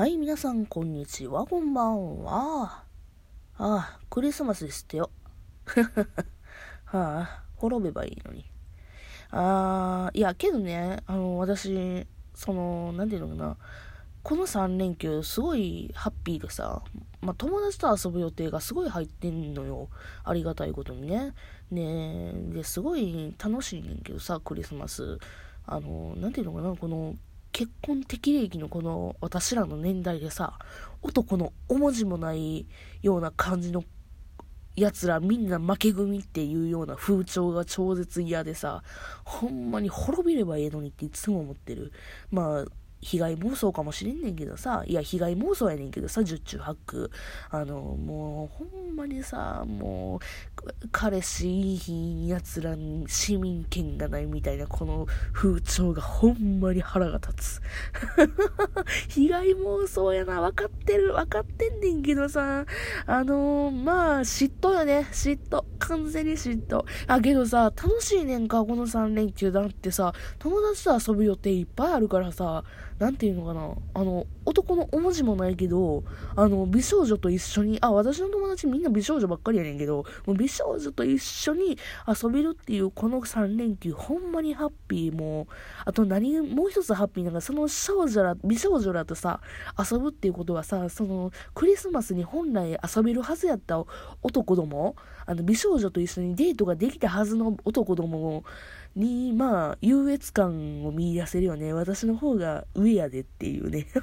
はい、皆さん、こんにちは、こんばんは。クリスマスですってよ。滅べばいいのに。いや、けどね、私、なんていうのかな、この3連休、すごいハッピーでさ、友達と遊ぶ予定がすごい入ってんのよ。ありがたいことにね。すごい楽しいねんけどさ、クリスマス。なんていうのかな、この、結婚適齢期のこの私らの年代でさ、男のおもじもないような感じの奴らみんな負け組っていうような風潮が超絶嫌でさ、ほんまに滅びればええのにっていつも思ってる。被害妄想かもしれんねんけどさ、いや、被害妄想やねんけどさ、十中八九。もう、ほんまにさ、もう、彼氏いいひん奴らに市民権がないみたいな、この風潮がほんまに腹が立つ。被害妄想やな、わかってんねんけどさ、嫉妬よね、嫉妬。完全に嫉妬。けどさ、楽しいねんか、この3連休だってさ、友達と遊ぶ予定いっぱいあるからさ、なんていうのかな、男のおもじもないけど、美少女と一緒に、私の友達みんな美少女ばっかりやねんけど、もう美少女と一緒に遊べるっていうこの3連休、ほんまにハッピー。もう、あともう一つハッピーなのが、その美少女らとさ、遊ぶっていうことはさ、クリスマスに本来遊べるはずやった男ども、美少女と一緒にデートができたはずの男どもに、優越感を見出せるよね。私の方が上やでっていうね。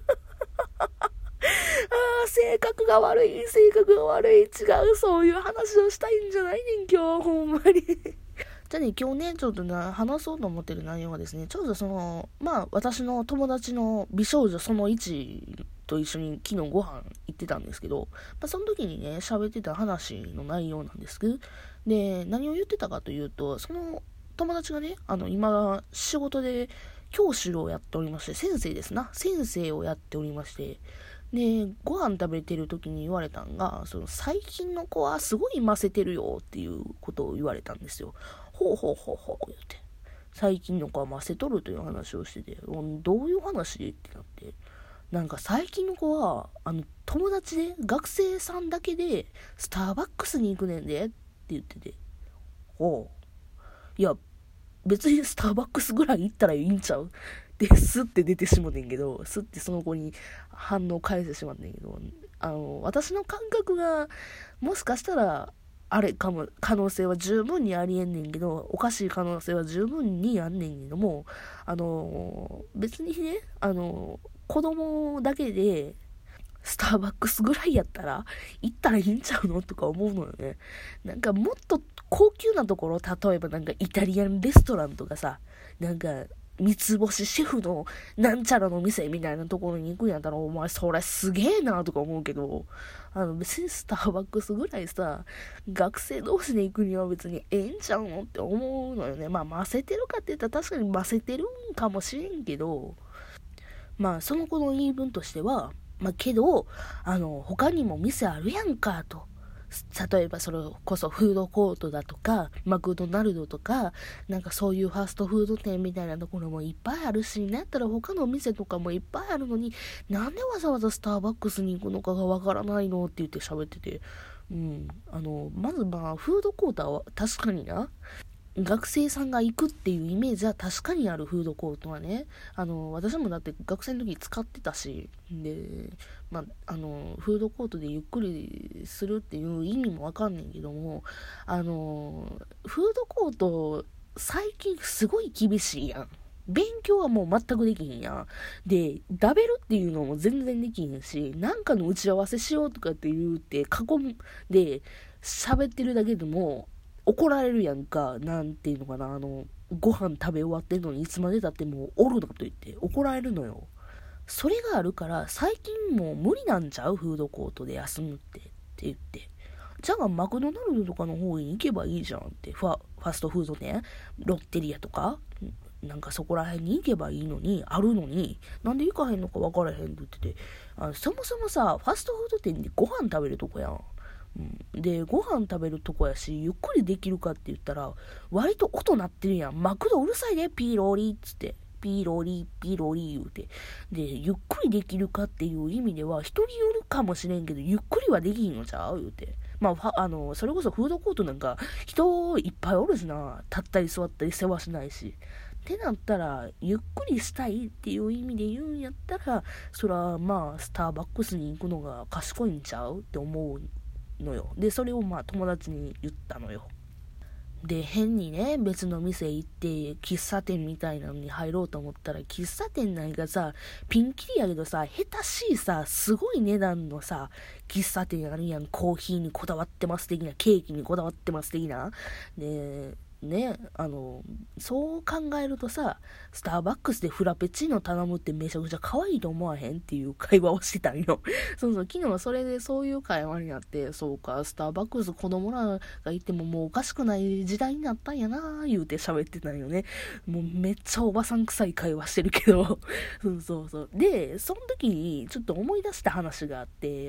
性格が悪い。違う。そういう話をしたいんじゃないねん、今日、ほんまに。じゃあね、今日ね、ちょっと話そうと思ってる内容はですね、ちょうど私の友達の美少女その1と一緒に昨日ご飯行ってたんですけど、その時にね、喋ってた話の内容なんですけど、で、何を言ってたかというと、その友達がね、今、仕事で教師をやっておりまして、先生をやっておりまして、で、ご飯食べてる時に言われたんが、最近の子はすごいませてるよっていうことを言われたんですよ。ほう、言って。最近の子はませとるという話をしてて、どういう話ってなって。なんか最近の子は、友達で、学生さんだけで、スターバックスに行くねんでって言ってて。いや、別にスターバックスぐらい行ったらいいんちゃうで、スッて出てしまねんけど、スッてその子に反応返してしまってんけど、私の感覚が、もしかしたら、可能性は十分にありえんねんけど、おかしい可能性は十分にあんねんけども、別にね、子供だけで、スターバックスぐらいやったら、行ったらいいんちゃうのとか思うのよね。なんかもっと高級なところ、例えばなんかイタリアンレストランとかさ、なんか三つ星シェフのなんちゃらの店みたいなところに行くんやったら、お前それすげえなとか思うけど、別にスターバックスぐらいさ、学生同士で行くには別にええんちゃうのって思うのよね。ませてるかって言ったら確かにませてるんかもしれんけど、その子の言い分としては、けど、他にも店あるやんか、と。例えばそれこそフードコートだとか、マクドナルドとか、なんかそういうファストフード店みたいなところもいっぱいあるし、なんやったら他の店とかもいっぱいあるのに、なんでわざわざスターバックスに行くのかがわからないのって言って喋ってて、まずフードコートは確かにな、学生さんが行くっていうイメージは確かにある。フードコートはね、私もだって学生の時使ってたし、で、フードコートでゆっくりするっていう意味もわかんねんけども、フードコート最近すごい厳しいやん。勉強はもう全くできひんやん。で、食べるっていうのも全然できひんし、なんかの打ち合わせしようとかって言って囲んで喋ってるだけでも怒られるやんか。なんていうのかな、ご飯食べ終わってんのにいつまで経ってもおるなと言って怒られるのよ。それがあるから最近もう無理なんちゃう、フードコートで休むって言って。じゃあマクドナルドとかの方に行けばいいじゃんって。ファストフードね、ロッテリアとかなんかそこら辺に行けばいいのに、あるのに、なんで行かへんのか分からへんって言ってて、そもそもさ、ファストフード店でご飯食べるとこやん。で、ご飯食べるとこやし、ゆっくりできるかって言ったら、割と音鳴ってるやん。マクドうるさいね、ピーローリーっつって。 ピロリピロリ言うて。で、ゆっくりできるかっていう意味では、人によるかもしれんけど、ゆっくりはできんのちゃう言うて。まあ、それこそフードコートなんか、人いっぱいおるしな。立ったり座ったり世話しないし。ってなったら、ゆっくりしたいっていう意味で言うんやったら、そら、まあ、スターバックスに行くのが賢いんちゃうって思うのよ。で、それをまあ、友達に言ったのよ。で、変にね、別の店行って、喫茶店みたいなのに入ろうと思ったら、喫茶店なんかさ、ピンキリやけどさ、下手しいさ、すごい値段のさ、喫茶店あるやん。コーヒーにこだわってます的な、ケーキにこだわってます的な。で、ね、そう考えるとさ、スターバックスでフラペチーノ頼むってめちゃくちゃ可愛いと思わへんっていう会話をしてたんよ。そうそう、昨日それでそういう会話になって、そうか、スターバックス子供らがいてももうおかしくない時代になったんやなー言うて喋ってたんよね。もうめっちゃおばさん臭い会話してるけど。そうそうそう。で、その時にちょっと思い出した話があって、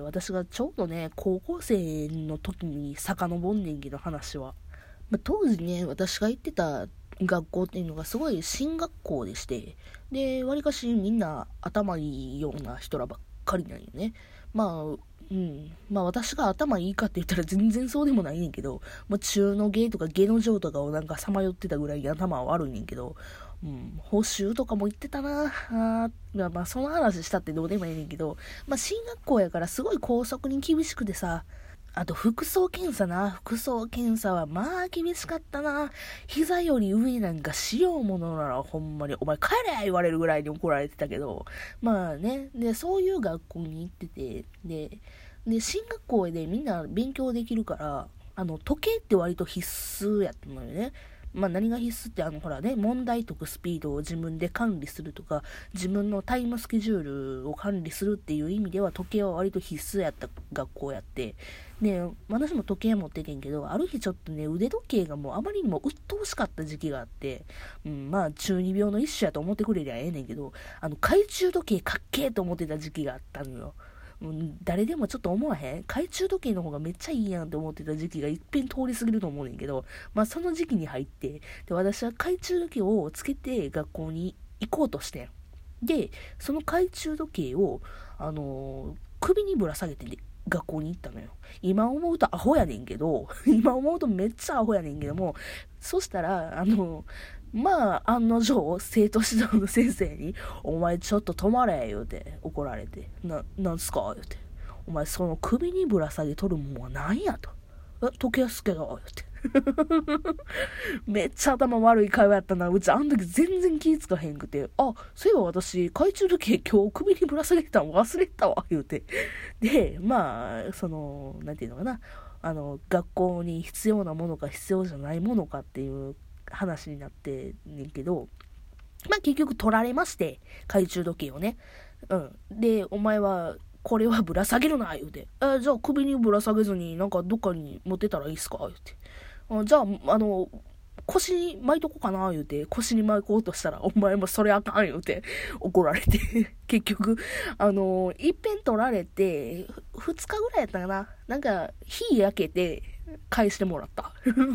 私がちょうどね、高校生の時に遡んねんけど話は。当時ね、私が行ってた学校っていうのがすごい進学校でして、で、わりかしみんな頭いいような人らばっかりなんよね。まあ私が頭いいかって言ったら全然そうでもないねんけど、中の芸とか芸の上とかをなんかさまよってたぐらい頭は悪いねんけど、報酬とかも言ってたなまあその話したってどうでもいいねんけど、進学校やからすごい校則に厳しくてさ、あと服装検査な。服装検査はまあ厳しかったな。膝より上なんかしようものならほんまにお前帰れ言われるぐらいに怒られてたけど。まあね。で、そういう学校に行ってて、で、進学校でみんな勉強できるから、時計って割と必須やったのよね。何が必須ってほらね、問題解くスピードを自分で管理するとか、自分のタイムスケジュールを管理するっていう意味では時計は割と必須やった学校やって、で、私も時計持っててんけど、ある日ちょっとね、腕時計がもうあまりにも鬱陶しかった時期があって、中二病の一種やと思ってくれりゃええねんけど、懐中時計かっけーと思ってた時期があったのよ。誰でもちょっと思わへん？懐中時計の方がめっちゃいいやんって思ってた時期がいっぺん通り過ぎると思うねんけど、その時期に入って、で、私は懐中時計をつけて学校に行こうとしてん。で、その懐中時計を、首にぶら下げて、学校に行ったのよ。今思うとアホやねんけど、今思うとめっちゃアホやねんけども、そしたら、案の定、生徒指導の先生に、お前ちょっと止まれ、言うて、怒られて、なんすか言うて。お前その首にぶら下げとるもんは何やと。時計っすけど、言うて。めっちゃ頭悪い会話やったな。うちあの時全然気ぃつかへんくて、そういえば私、懐中時計今日首にぶら下げてたの忘れてたわ、言うて。で、なんていうのかな。学校に必要なものか必要じゃないものかっていう話になってねんけど、結局取られまして、懐中時計をね。で、お前は、これはぶら下げるな、言うて。じゃあ首にぶら下げずに、なんかどっかに持ってたらいいっすか言うて。じゃあ、腰に巻いとこうかな、言うて、腰に巻こうとしたら、お前もそれあかん、言うて、怒られて、結局、一遍取られて、2日ぐらいやったかな。なんか、火焼けて、返してもらった。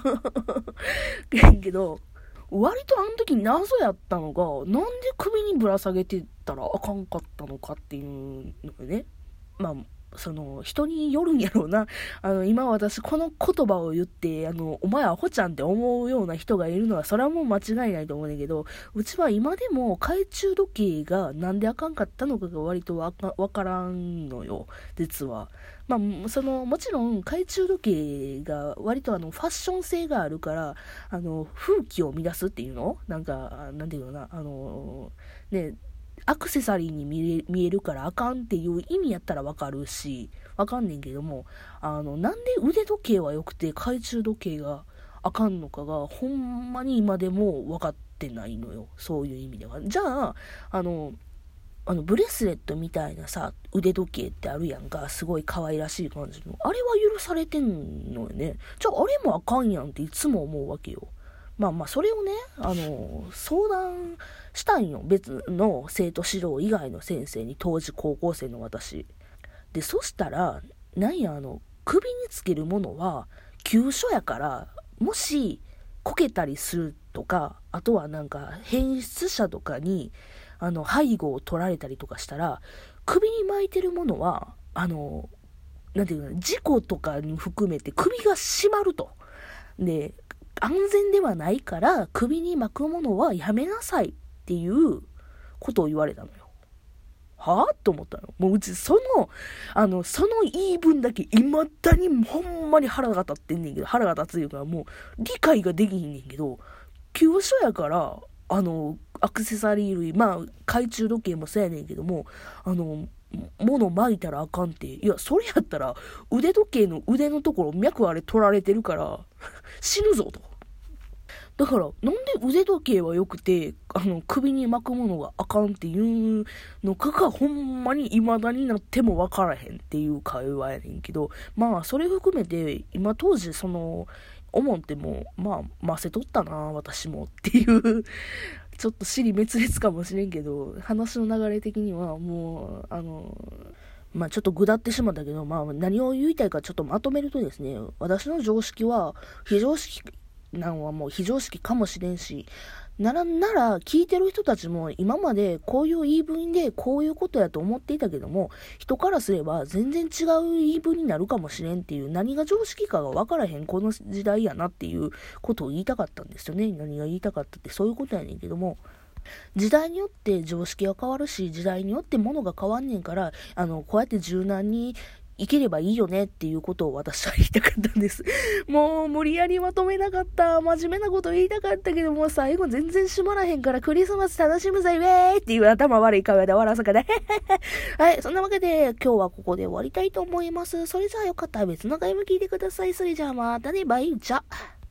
けど、割とあの時謎やったのが、なんで首にぶら下げてたらあかんかったのかっていうのがね。人によるんやろうな。今私この言葉を言って、お前アホちゃんって思うような人がいるのは、それはもう間違いないと思うねんだけど、うちは今でも懐中時計がなんであかんかったのかが割とわからんのよ、実は。もちろん懐中時計が割とファッション性があるから、風紀を乱すっていうのなんか、なんていうのかな、ね、アクセサリーに見えるからあかんっていう意味やったらわかるし、わかんねんけども、なんで腕時計は良くて懐中時計があかんのかが、ほんまに今でも分かってないのよ。そういう意味では。じゃあ、ブレスレットみたいなさ、腕時計ってあるやんか。すごい可愛らしい感じの。あれは許されてんのよね。じゃあ、あれもあかんやんっていつも思うわけよ。それをね、相談したんよ。別の生徒指導以外の先生に、当時高校生の私。で、そしたら、首につけるものは、急所やから、もし、こけたりするとか、あとはなんか変質者とかに背後を取られたりとかしたら、首に巻いてるものはなんていうの、事故とかに含めて首が締まると。で、安全ではないから首に巻くものはやめなさいっていうことを言われたのよ。はぁと思ったの。もううちその言い分だけ未だにほんまに腹が立ってんねんけど、腹が立ついうかもう理解ができひんねんけど、急所やから、アクセサリー類、まあ、懐中時計もそうやねんけども、物巻いたらあかんって。いや、それやったら、腕時計の腕のところ、脈あれ取られてるから、死ぬぞと。だから、なんで腕時計は良くて、首に巻くものがあかんっていうのかが、ほんまに未だになっても分からへんっていう会話やねんけど、まあ、それ含めて、今当時、思っても、まあ、ませとったな、私もっていう、ちょっと尻滅裂かもしれんけど、話の流れ的にはもう、まあちょっとぐだってしまったけど、まあ何を言いたいかちょっとまとめるとですね、私の常識は非常識なんはもう非常識かもしれんし、なら聞いてる人たちも今までこういう言い分でこういうことやと思っていたけども、人からすれば全然違う言い分になるかもしれんっていう、何が常識かが分からへんこの時代やなっていうことを言いたかったんですよね。何が言いたかったってそういうことやねんけども、時代によって常識が変わるし、時代によって物が変わんねんから、こうやって柔軟に生きればいいよねっていうことを私は言いたかったんです。もう無理やりまとめなかった。真面目なこと言いたかったけども、最後全然閉まらへんからクリスマス楽しむぜ、ウェーイっていう頭悪い会話で笑わさかで。はい、そんなわけで今日はここで終わりたいと思います。それじゃあよかったら別の回も聞いてください。それじゃあまたね、バイチャ。